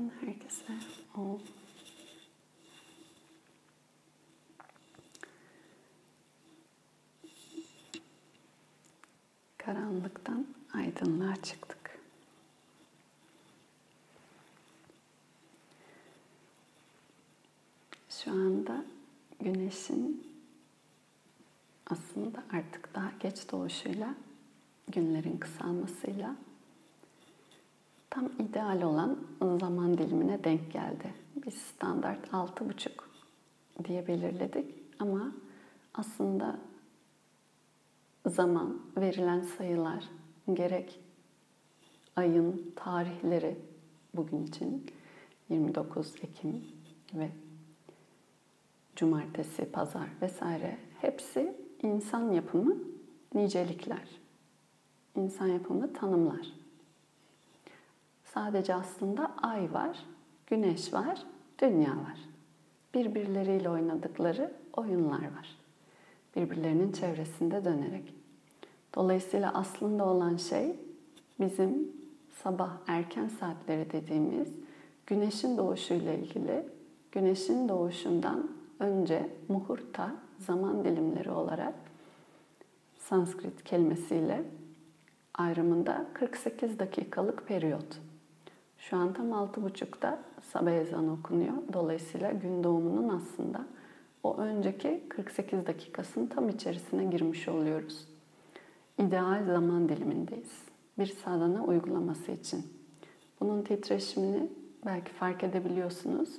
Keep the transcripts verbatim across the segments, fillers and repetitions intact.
Günaydın herkese. O karanlıktan aydınlığa çıktık. Şu anda güneşin aslında artık daha geç doğuşuyla, günlerin kısalmasıyla tam ideal olan zaman dilimine denk geldi. Biz standart altı buçuk diye belirledik ama aslında zaman, verilen sayılar, gerek ayın tarihleri bugün için yirmi dokuz Ekim ve Cumartesi, Pazar vesaire hepsi insan yapımı nicelikler. İnsan yapımı tanımlar. Sadece aslında ay var, güneş var, dünya var. Birbirleriyle oynadıkları oyunlar var. Birbirlerinin çevresinde dönerek. Dolayısıyla aslında olan şey bizim sabah erken saatleri dediğimiz güneşin doğuşuyla ilgili, güneşin doğuşundan önce muhurta zaman dilimleri olarak Sanskrit kelimesiyle ayrımında kırk sekiz dakikalık periyot. Şu an tam altı buçukta sabah ezanı okunuyor. Dolayısıyla gün doğumunun aslında o önceki kırk sekiz dakikasının tam içerisine girmiş oluyoruz. İdeal zaman dilimindeyiz. Bir sadhana uygulaması için. Bunun titreşimini belki fark edebiliyorsunuz.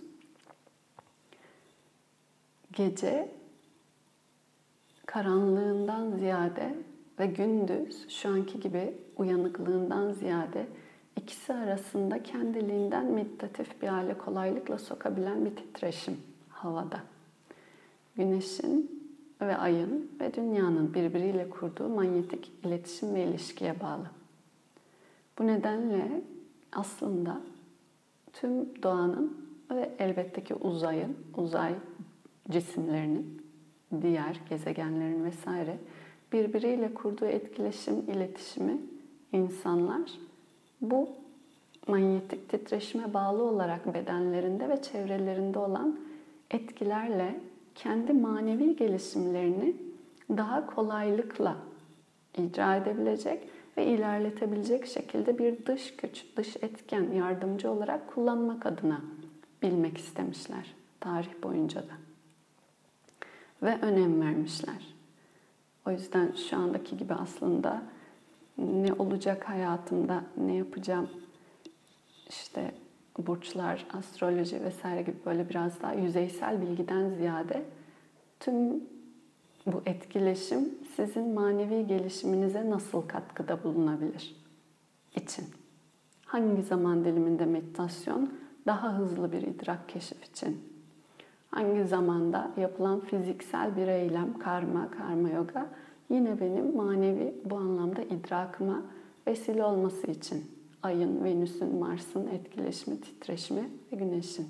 Gece karanlığından ziyade ve gündüz şu anki gibi uyanıklığından ziyade ikisi arasında kendiliğinden meditatif bir hale kolaylıkla sokabilen bir titreşim havada. Güneşin ve ayın ve dünyanın birbiriyle kurduğu manyetik iletişim ve ilişkiye bağlı. Bu nedenle aslında tüm doğanın ve elbette ki uzayın, uzay cisimlerinin, diğer gezegenlerin vesaire birbiriyle kurduğu etkileşim, iletişimi insanlar bu manyetik titreşime bağlı olarak bedenlerinde ve çevrelerinde olan etkilerle kendi manevi gelişimlerini daha kolaylıkla icra edebilecek ve ilerletebilecek şekilde bir dış güç, dış etken, yardımcı olarak kullanmak adına bilmek istemişler tarih boyunca da. Ve önem vermişler. O yüzden şu andaki gibi aslında ne olacak hayatımda, ne yapacağım, işte burçlar, astroloji vesaire gibi böyle biraz daha yüzeysel bilgiden ziyade tüm bu etkileşim sizin manevi gelişiminize nasıl katkıda bulunabilir için. Hangi zaman diliminde meditasyon daha hızlı bir idrak keşif için? Hangi zamanda yapılan fiziksel bir eylem, karma, karma yoga yine benim manevi bu anlamda idrakıma vesile olması için. Ayın, Venüs'ün, Mars'ın etkileşimi, titreşimi ve Güneş'in.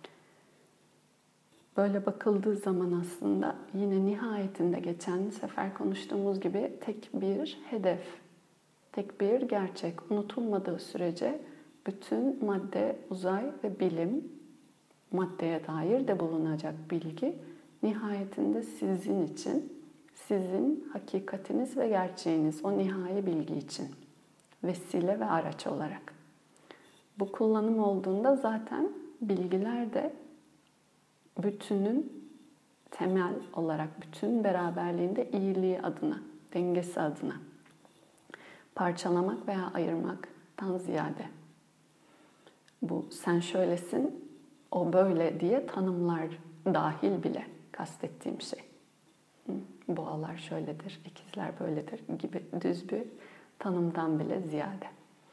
Böyle bakıldığı zaman aslında yine nihayetinde geçen sefer konuştuğumuz gibi tek bir hedef, tek bir gerçek unutulmadığı sürece bütün madde, uzay ve bilim, maddeye dair de bulunacak bilgi nihayetinde sizin için, sizin hakikatiniz ve gerçeğiniz, o nihai bilgi için vesile ve araç olarak. Bu kullanım olduğunda zaten bilgiler de bütünün temel olarak bütün beraberliğinde iyiliği adına, dengesi adına parçalamak veya ayırmaktan ziyade bu sen şöylesin, o böyle diye tanımlar dahil bile kastettiğim şey. Boğalar şöyledir, ikizler böyledir gibi düz bir tanımdan bile ziyade.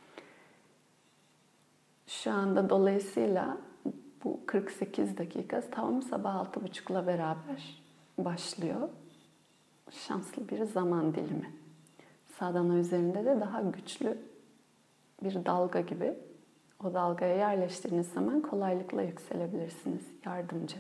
Şu anda dolayısıyla bu kırk sekiz dakika tam sabah altı buçukla beraber başlıyor. Şanslı bir zaman dilimi. Sadhana üzerinde de daha güçlü bir dalga gibi. O dalgaya yerleştiğiniz zaman kolaylıkla yükselebilirsiniz. Yardımcı.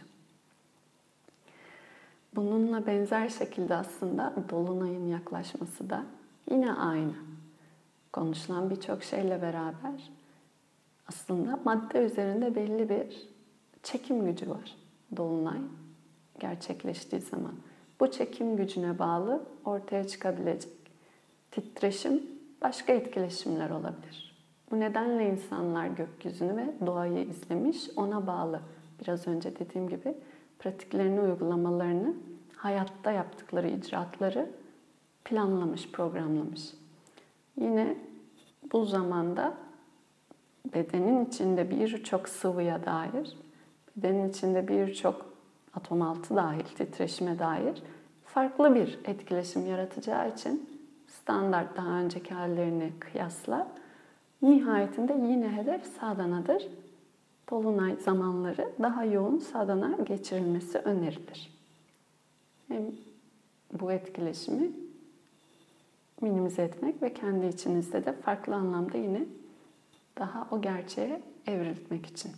Bununla benzer şekilde aslında dolunayın yaklaşması da yine aynı. Konuşulan birçok şeyle beraber aslında madde üzerinde belli bir çekim gücü var. Dolunay gerçekleştiği zaman. Bu çekim gücüne bağlı ortaya çıkabilecek titreşim, başka etkileşimler olabilir. Bu nedenle insanlar gökyüzünü ve doğayı izlemiş, ona bağlı. Biraz önce dediğim gibi pratiklerini, uygulamalarını, hayatta yaptıkları icraatları planlamış, programlamış. Yine bu zamanda bedenin içinde birçok sıvıya dair, bedenin içinde birçok atom altı dahil, titreşime dair farklı bir etkileşim yaratacağı için standart daha önceki hallerini kıyasla nihayetinde yine hedef sadhanadır. Dolunay zamanları daha yoğun sadhana geçirilmesi önerilir. Hem bu etkileşimi minimize etmek ve kendi içinizde de farklı anlamda yine daha o gerçeğe evrilmek için.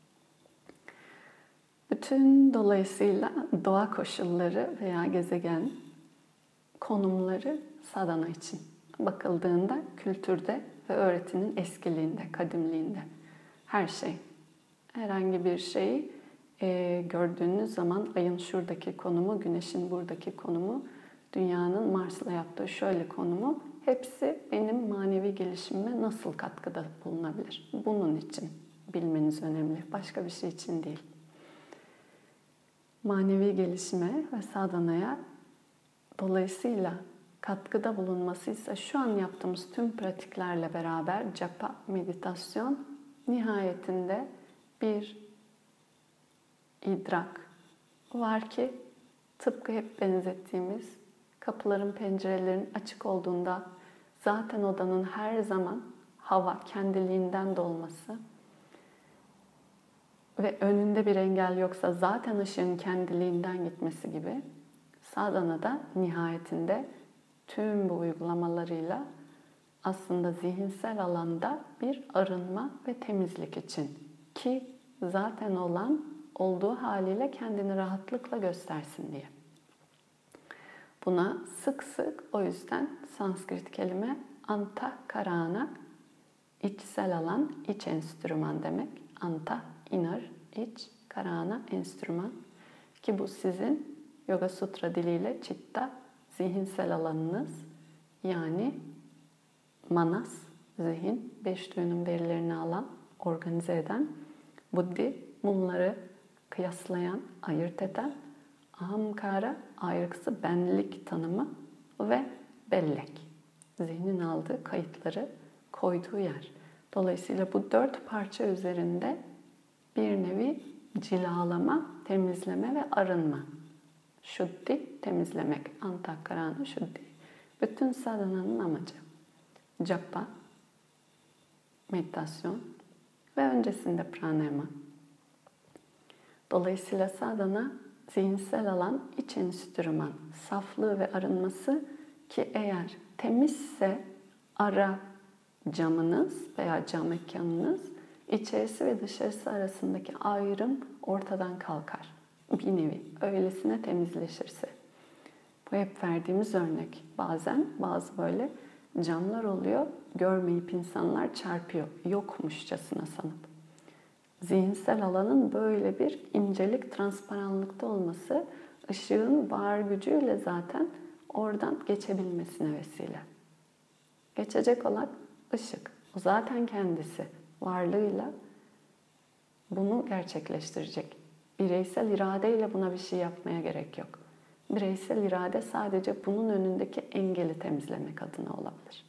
Bütün dolayısıyla doğa koşulları veya gezegen konumları sadhana için bakıldığında kültürde ve öğretinin eskiliğinde, kadimliğinde her şey. Herhangi bir şeyi e, gördüğünüz zaman ayın şuradaki konumu, güneşin buradaki konumu, dünyanın Mars'la yaptığı şöyle konumu hepsi benim manevi gelişimime nasıl katkıda bulunabilir? Bunun için bilmeniz önemli. Başka bir şey için değil. Manevi gelişime ve sadhanaya dolayısıyla katkıda bulunması ise şu an yaptığımız tüm pratiklerle beraber japa, meditasyon nihayetinde bir idrak var ki tıpkı hep benzettiğimiz kapıların, pencerelerin açık olduğunda zaten odanın her zaman hava kendiliğinden dolması ve önünde bir engel yoksa zaten ışığın kendiliğinden gitmesi gibi sadhanada nihayetinde tüm bu uygulamalarıyla aslında zihinsel alanda bir arınma ve temizlik için ki zaten olan olduğu haliyle kendini rahatlıkla göstersin diye. Buna sık sık o yüzden Sanskrit kelime antakarana, içsel alan, iç enstrüman demek. Anta, inner, iç, karana, enstrüman. Ki bu sizin Yoga Sutra diliyle citta, zihinsel alanınız, yani manas, zihin, beş duyunun verilerini alan, organize eden, buddhi, bunları kıyaslayan, ayırt eden, ahamkara, ayrıksı benlik tanımı ve bellek, zihnin aldığı kayıtları koyduğu yer. Dolayısıyla bu dört parça üzerinde bir nevi cilalama, temizleme ve arınma. Şuddhi, temizlemek. Antakarana şuddhi. Bütün sadhananın amacı. Japa, meditasyon ve öncesinde pranayama. Dolayısıyla sadhana zihinsel alan, iç enstrüman, saflığı ve arınması ki eğer temizse ara camınız veya cam mekanınız, içerisi ve dışarısı arasındaki ayrım ortadan kalkar. Bir nevi öylesine temizleşirse. Bu hep verdiğimiz örnek. Bazen bazı böyle camlar oluyor, görmeyip insanlar çarpıyor, yokmuşçasına sanıp. Zihinsel alanın böyle bir incelik, transparanlıkta olması, ışığın var gücüyle zaten oradan geçebilmesine vesile. Geçecek olan ışık. O zaten kendisi varlığıyla bunu gerçekleştirecek. Bireysel iradeyle buna bir şey yapmaya gerek yok. Bireysel irade sadece bunun önündeki engeli temizlemek adına olabilir.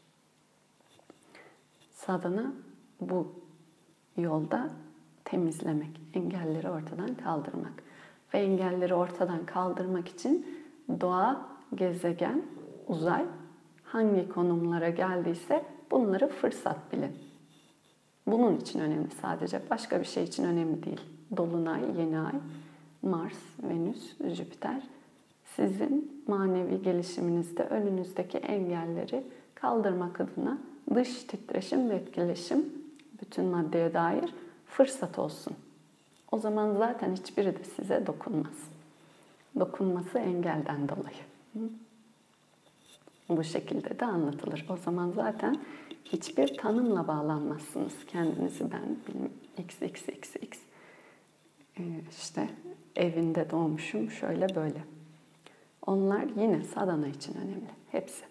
Sadhana bu yolda temizlemek, engelleri ortadan kaldırmak. Ve engelleri ortadan kaldırmak için doğa, gezegen, uzay hangi konumlara geldiyse bunları fırsat bilin. Bunun için önemli sadece. Başka bir şey için önemli değil. Dolunay, yeni ay, Mars, Venüs, Jüpiter sizin manevi gelişiminizde önünüzdeki engelleri kaldırmak adına dış titreşim ve etkileşim bütün maddeye dair fırsat olsun. O zaman zaten hiçbiri de size dokunmaz. Dokunması engelden dolayı. Bu şekilde de anlatılır. O zaman zaten hiçbir tanımla bağlanmazsınız. Kendinizi ben bilmem, x x x x ee, işte evinde doğmuşum şöyle böyle. Onlar yine sadhana için önemli. Hepsi.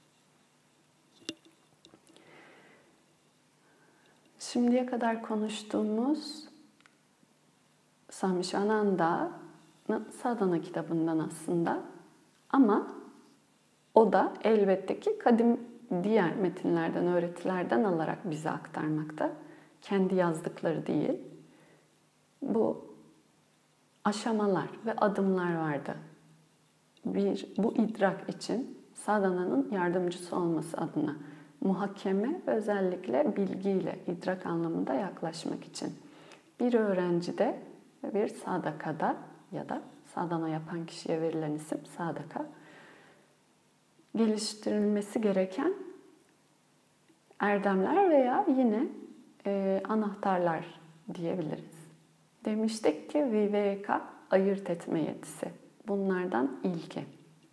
Şimdiye kadar konuştuğumuz Swami Shivananda'nın Sadhana kitabından aslında, ama o da elbette ki kadim diğer metinlerden, öğretilerden alarak bize aktarmakta. Kendi yazdıkları değil. Bu aşamalar ve adımlar vardı. Bir, bu idrak için sadhananın yardımcısı olması adına muhakeme ve özellikle bilgiyle idrak anlamında yaklaşmak için. Bir öğrencide ve bir sadakada ya da sadhana yapan kişiye verilen isim sadaka, geliştirilmesi gereken erdemler veya yine e, anahtarlar diyebiliriz. Demiştik ki viveka, ayırt etme yetisi. Bunlardan ilki.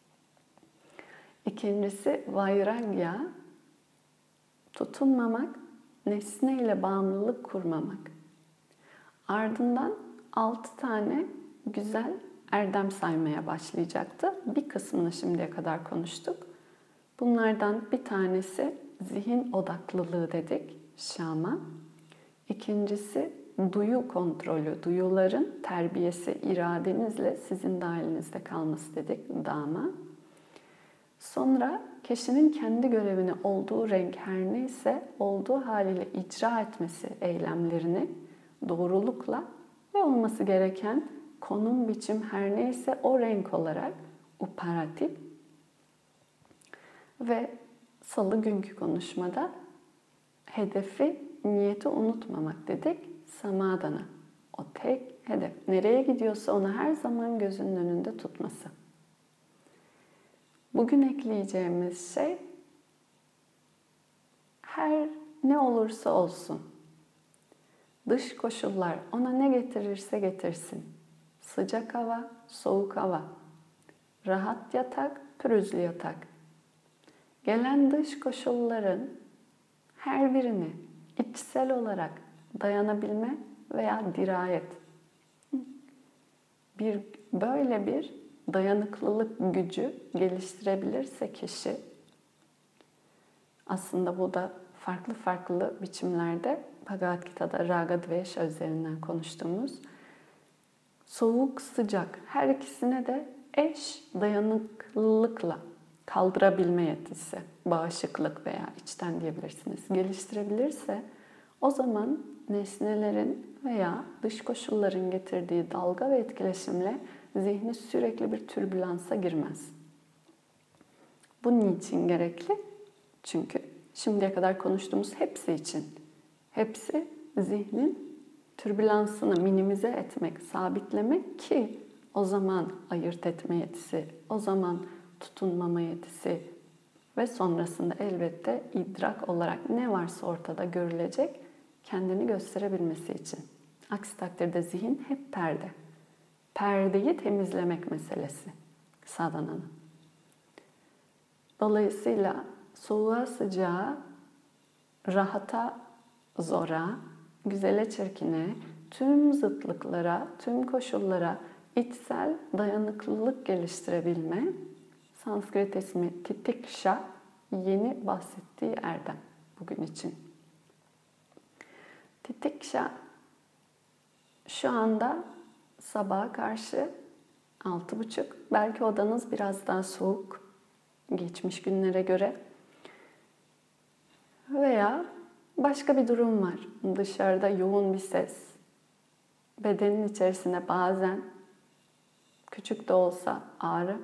İkincisi vairagya, tutunmamak, nesneyle bağımlılık kurmamak. Ardından altı tane güzel erdem saymaya başlayacaktı. Bir kısmını şimdiye kadar konuştuk. Bunlardan bir tanesi zihin odaklılığı dedik, şama. İkincisi duyu kontrolü, duyuların terbiyesi, iradenizle sizin dahilinizde kalması dedik, dama. Sonra kişinin kendi görevini olduğu renk her neyse olduğu haliyle icra etmesi eylemlerini doğrulukla ve olması gereken konum, biçim her neyse o renk olarak uparatif. Ve salı günkü konuşmada hedefi, niyeti unutmamak dedik, samadana. O tek hedef. Nereye gidiyorsa onu her zaman gözünün önünde tutması. Bugün ekleyeceğimiz şey, her ne olursa olsun, dış koşullar ona ne getirirse getirsin. Sıcak hava, soğuk hava, rahat yatak, pürüzlü yatak. Gelen dış koşulların her birini içsel olarak dayanabilme veya dirayet. Bir böyle bir dayanıklılık gücü geliştirebilirse kişi, aslında bu da farklı farklı biçimlerde Bhagavad Gita'da Raga Dvesha üzerinden konuştuğumuz soğuk sıcak her ikisine de eş dayanıklılıkla kaldırabilme yetisi, bağışıklık veya içten diyebilirsiniz, geliştirebilirse o zaman nesnelerin veya dış koşulların getirdiği dalga ve etkileşimle zihni sürekli bir türbülansa girmez. Bu niçin gerekli? Çünkü şimdiye kadar konuştuğumuz hepsi için. Hepsi zihnin türbülansını minimize etmek, sabitlemek ki o zaman ayırt etme yetisi, o zaman tutunmama yetisi ve sonrasında elbette idrak olarak ne varsa ortada görülecek kendini gösterebilmesi için. Aksi takdirde zihin hep perde. Perdeyi temizlemek meselesi sadhananın. Dolayısıyla soğuğa sıcağa, rahata zora, güzele çirkine, tüm zıtlıklara, tüm koşullara içsel dayanıklılık geliştirebilme, Sanskrit ismi Titiksha, yeni bahsettiği erdem bugün için. Titiksha şu anda sabaha karşı altı buçuk, belki odanız biraz daha soğuk geçmiş günlere göre veya başka bir durum var. Dışarıda yoğun bir ses, bedenin içerisine bazen küçük de olsa ağrı,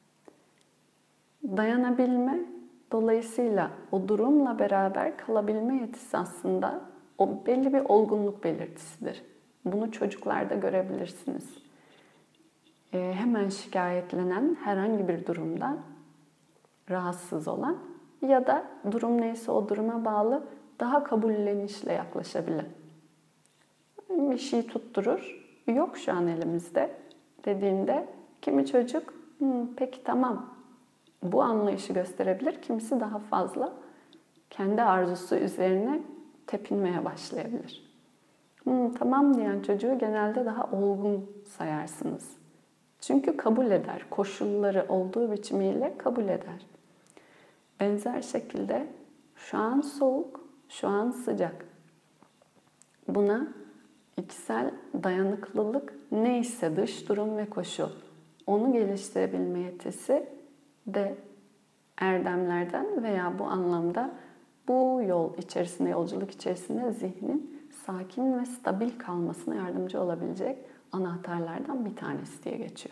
dayanabilme, dolayısıyla o durumla beraber kalabilme yetisi aslında o belli bir olgunluk belirtisidir. Bunu çocuklarda görebilirsiniz. Ee, hemen şikayetlenen herhangi bir durumda rahatsız olan ya da durum neyse o duruma bağlı daha kabullenişle yaklaşabilen. Bir şey tutturur, yok şu an elimizde dediğinde kimi çocuk, Hı, peki tamam bu anlayışı gösterebilir. Kimisi daha fazla kendi arzusu üzerine tepinmeye başlayabilir. Hmm, tamam diyen çocuğu genelde daha olgun sayarsınız. Çünkü kabul eder. Koşulları olduğu biçimiyle kabul eder. Benzer şekilde şu an soğuk, şu an sıcak. Buna içsel dayanıklılık neyse dış durum ve koşul, onu geliştirebilme yetisi de erdemlerden veya bu anlamda bu yol içerisinde, yolculuk içerisinde zihnin sakin ve stabil kalmasına yardımcı olabilecek anahtarlardan bir tanesi diye geçiyor.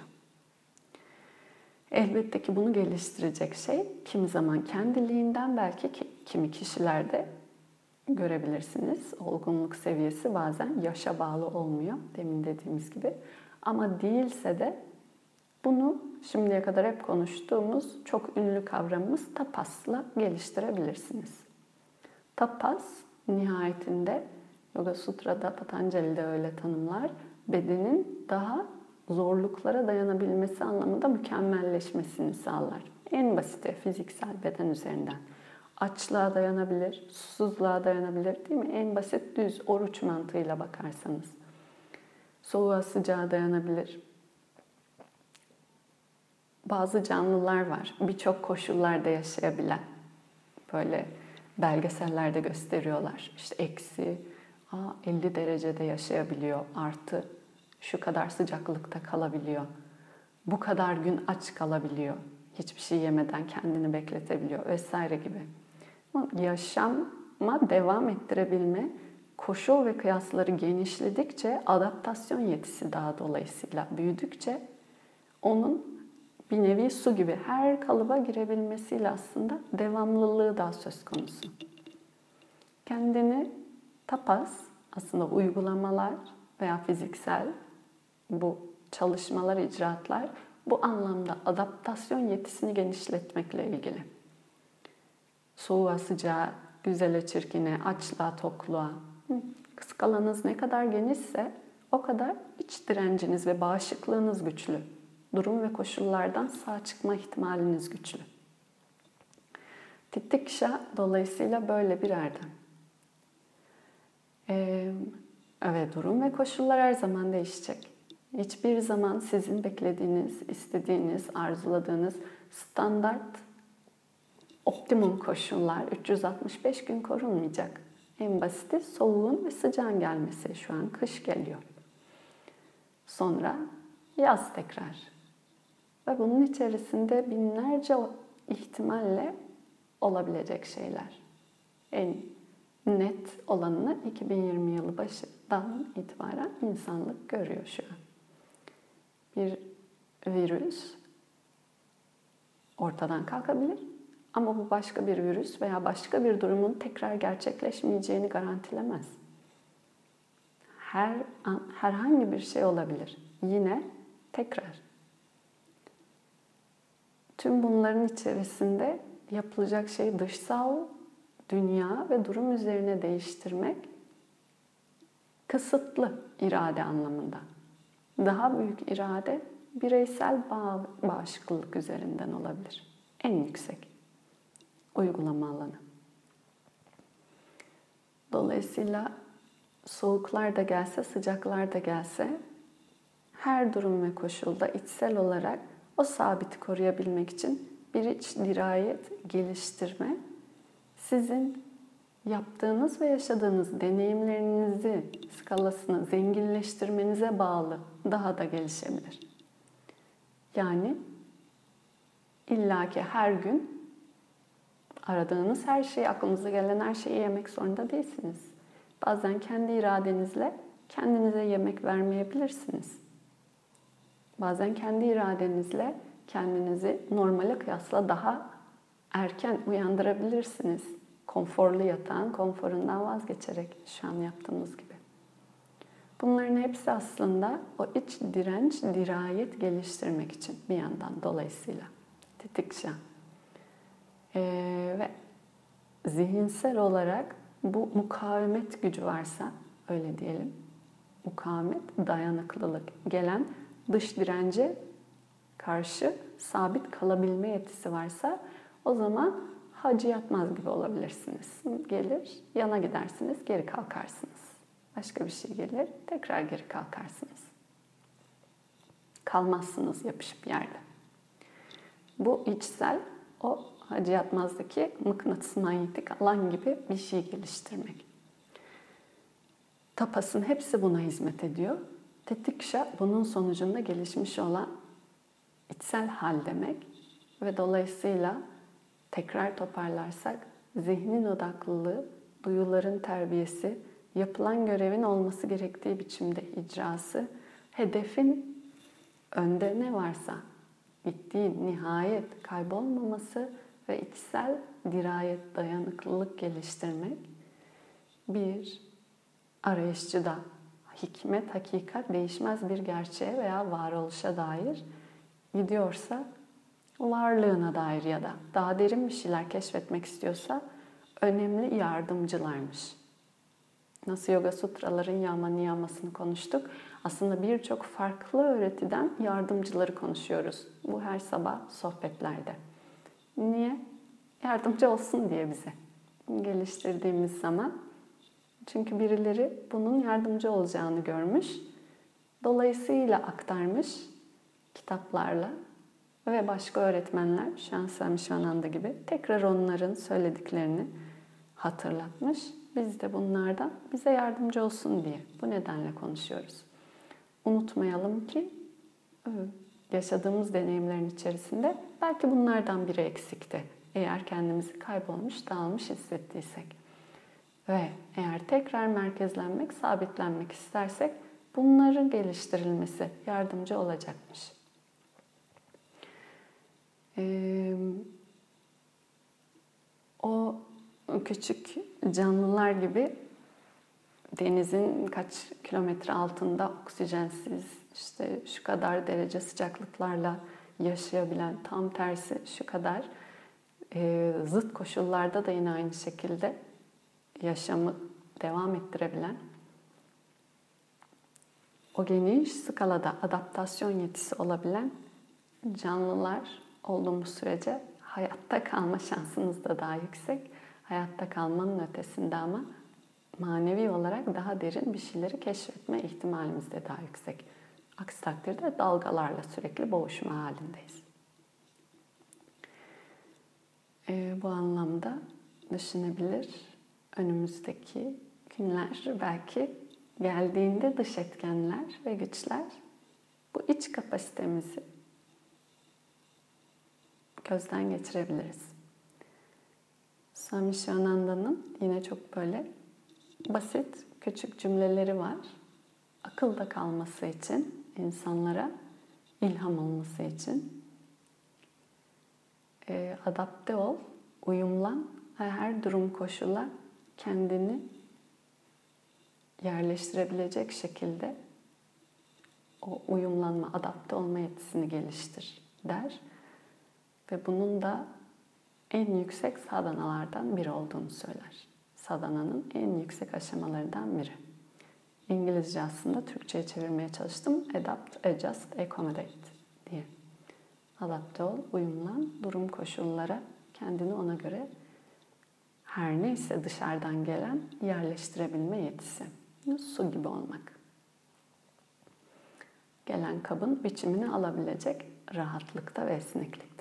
Elbette ki bunu geliştirecek şey kimi zaman kendiliğinden, belki kimi kişilerde görebilirsiniz. Olgunluk seviyesi bazen yaşa bağlı olmuyor, demin dediğimiz gibi. Ama değilse de bunu şimdiye kadar hep konuştuğumuz çok ünlü kavramımız tapasla geliştirebilirsiniz. Tapas nihayetinde Yoga Sutra'da, Patanjali'de öyle tanımlar, bedenin daha zorluklara dayanabilmesi anlamında mükemmelleşmesini sağlar. En basiti fiziksel beden üzerinden. Açlığa dayanabilir, susuzluğa dayanabilir, değil mi? En basit düz oruç mantığıyla bakarsanız. Soğuğa sıcağa dayanabilir. Bazı canlılar var, birçok koşullarda yaşayabilen. Böyle belgesellerde gösteriyorlar. İşte eksi elli derecede yaşayabiliyor, artı şu kadar sıcaklıkta kalabiliyor. Bu kadar gün aç kalabiliyor. Hiçbir şey yemeden kendini bekletebiliyor vesaire gibi. Yaşama devam ettirebilme, koşul ve kıyasları genişledikçe adaptasyon yetisi daha dolayısıyla büyüdükçe onun bir nevi su gibi her kalıba girebilmesiyle aslında devamlılığı daha söz konusu. Kendini tapas, aslında uygulamalar veya fiziksel bu çalışmalar, icraatlar bu anlamda adaptasyon yetisini genişletmekle ilgili. Soğuğa sıcağa, güzele çirkine, açlığa tokluğa. Skalanız ne kadar genişse o kadar iç direnciniz ve bağışıklığınız güçlü. Durum ve koşullardan sağ çıkma ihtimaliniz güçlü. Titikşa dolayısıyla böyle bir erdem. Ee, evet, durum ve koşullar her zaman değişecek. Hiçbir zaman sizin beklediğiniz, istediğiniz, arzuladığınız standart, optimum koşullar üç yüz altmış beş gün korunmayacak. En basiti soğuğun ve sıcağın gelmesi. Şu an kış geliyor. Sonra yaz tekrar. Ve bunun içerisinde binlerce ihtimalle olabilecek şeyler. En net olanını iki bin yirmi yılı başından itibaren insanlık görüyor şu an. Bir virüs ortadan kalkabilir ama bu başka bir virüs veya başka bir durumun tekrar gerçekleşmeyeceğini garantilemez. Her an, herhangi bir şey olabilir. Yine tekrar. Tüm bunların içerisinde yapılacak şey dışsal dünya ve durum üzerine değiştirmek kısıtlı irade anlamında. Daha büyük irade bireysel bağ, bağışıklık üzerinden olabilir. En yüksek uygulama alanı. Dolayısıyla soğuklar da gelse, sıcaklar da gelse her durum ve koşulda içsel olarak o sabiti koruyabilmek için bir iç dirayet geliştirme, sizin yaptığınız ve yaşadığınız deneyimlerinizi, skalasını zenginleştirmenize bağlı daha da gelişebilir. Yani illaki her gün aradığınız her şeyi, aklınıza gelen her şeyi yemek zorunda değilsiniz. Bazen kendi iradenizle kendinize yemek vermeyebilirsiniz. Bazen kendi iradenizle kendinizi normale kıyasla daha erken uyandırabilirsiniz. Konforlu yatağın konforundan vazgeçerek şu an yaptığımız gibi. Bunların hepsi aslında o iç direnç, dirayet geliştirmek için bir yandan dolayısıyla. Titikşa. Ee, ve zihinsel olarak bu mukavemet gücü varsa, öyle diyelim, mukavemet, dayanıklılık, gelen dış dirence karşı sabit kalabilme yetisi varsa o zaman hacı yatmaz gibi olabilirsiniz. Gelir, yana gidersiniz, geri kalkarsınız. Başka bir şey gelir, tekrar geri kalkarsınız. Kalmazsınız yapışıp yerde. Bu içsel, o hacı yatmazdaki mıknatıs manyetik alan gibi bir şey geliştirmek. Tapasın hepsi buna hizmet ediyor. Tetikşa bunun sonucunda gelişmiş olan içsel hal demek ve dolayısıyla tekrar toparlarsak zihnin odaklılığı, duyuların terbiyesi, yapılan görevin olması gerektiği biçimde icrası, hedefin önde ne varsa gittiği nihayet kaybolmaması ve içsel dirayet, dayanıklılık geliştirmek bir arayışçıda hikmet, hakikat, değişmez bir gerçeğe veya varoluşa dair gidiyorsa, varlığına dair ya da daha derin bir şeyler keşfetmek istiyorsa önemli yardımcılarmış. Nasıl Yoga Sutraların yama niyamasını konuştuk. Aslında birçok farklı öğretiden yardımcıları konuşuyoruz. Bu her sabah sohbetlerde. Niye? Yardımcı olsun diye bize. Geliştirdiğimiz zaman. Çünkü birileri bunun yardımcı olacağını görmüş. Dolayısıyla aktarmış kitaplarla ve başka öğretmenler, şu an Swami Shivananda gibi tekrar onların söylediklerini hatırlatmış. Biz de bunlardan bize yardımcı olsun diye bu nedenle konuşuyoruz. Unutmayalım ki yaşadığımız deneyimlerin içerisinde belki bunlardan biri eksikti. Eğer kendimizi kaybolmuş, dağılmış hissettiysek. Ve eğer tekrar merkezlenmek, sabitlenmek istersek bunların geliştirilmesi yardımcı olacakmış. Ee, o küçük canlılar gibi denizin kaç kilometre altında oksijensiz, işte şu kadar derece sıcaklıklarla yaşayabilen, tam tersi şu kadar e, zıt koşullarda da yine aynı şekilde yaşamı devam ettirebilen, o geniş skalada adaptasyon yetisi olabilen canlılar olduğumuz sürece hayatta kalma şansınız da daha yüksek. Hayatta kalmanın ötesinde ama manevi olarak daha derin bir şeyleri keşfetme ihtimalimiz de daha yüksek. Aksi takdirde dalgalarla sürekli boğuşma halindeyiz. Ee, bu anlamda düşünebilir. Önümüzdeki günler belki geldiğinde dış etkenler ve güçler bu iç kapasitemizi gözden geçirebiliriz. Swami Shivananda'nın yine çok böyle basit, küçük cümleleri var. Akılda kalması için, insanlara ilham olması için. E, adapte ol, uyumlan ve her durum koşula kendini yerleştirebilecek şekilde o uyumlanma, adapte olma yetisini geliştir der. Ve bunun da en yüksek sadhanalardan biri olduğunu söyler. Sadhananın en yüksek aşamalarından biri. İngilizce aslında Türkçe'ye çevirmeye çalıştım. Adapt, adjust, accommodate diye. Adapte ol, uyumlan, durum koşullara kendini ona göre her neyse dışarıdan gelen yerleştirebilme yetisi. Su gibi olmak. Gelen kabın biçimini alabilecek rahatlıkta ve esneklikte.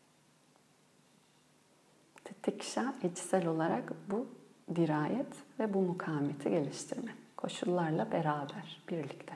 Titikşa içsel olarak bu dirayet ve bu mukavemeti geliştirme. Koşullarla beraber, birlikte.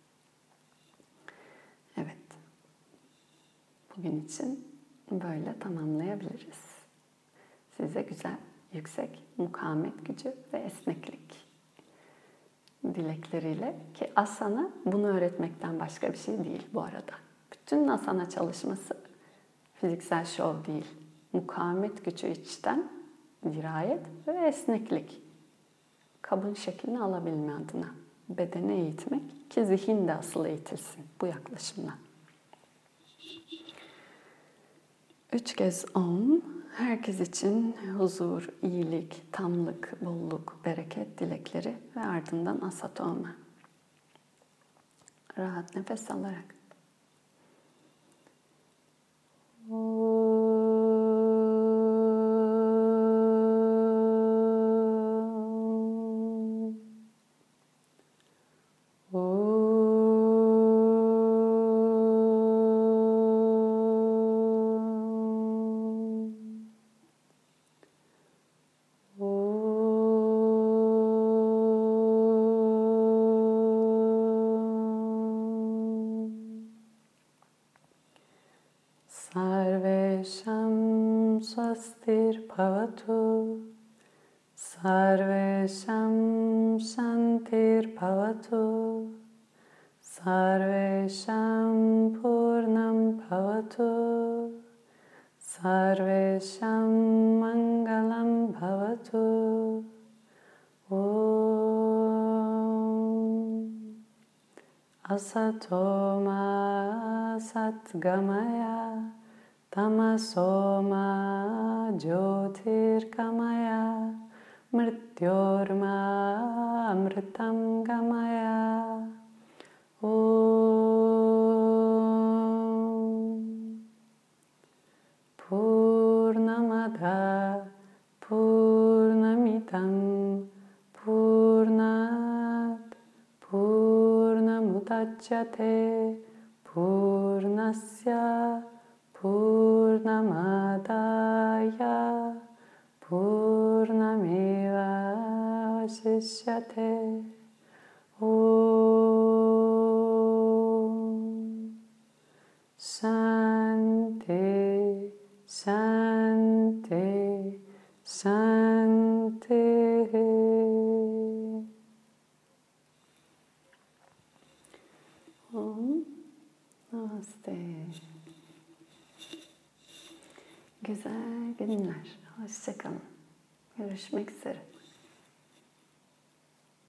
Evet. Bugün için böyle tamamlayabiliriz. Size güzel, yüksek mukavemet gücü ve esneklik dilekleriyle, ki asana bunu öğretmekten başka bir şey değil bu arada. Bütün asana çalışması fiziksel şov değil. Mukavemet gücü içten, dirayet ve esneklik. Kabın şeklini alabilme adına. Bedeni eğitmek ki zihin de asıl eğitilsin bu yaklaşımla. Üç kez om, herkes için huzur, iyilik, tamlık, bolluk, bereket dilekleri ve ardından asatoma. Rahat nefes alarak. Sarvesham swastir bhavatu, sarvesham shantir bhavatu, sarvesham purnam bhavatu, sarvesham mangalam bhavatu. Om asatoma satgamaya, tamasoma jyotirgamaya, mrityorma amritam gamaya. Om Purnamada Purnamidam Purnat Purnamudachyate Purnasya Purnamadaya Purnameva Vasishyate. Om Shanti Shanti Shanti. Om Namaste. Güzel günler. Hoşça kalın. Görüşmek üzere.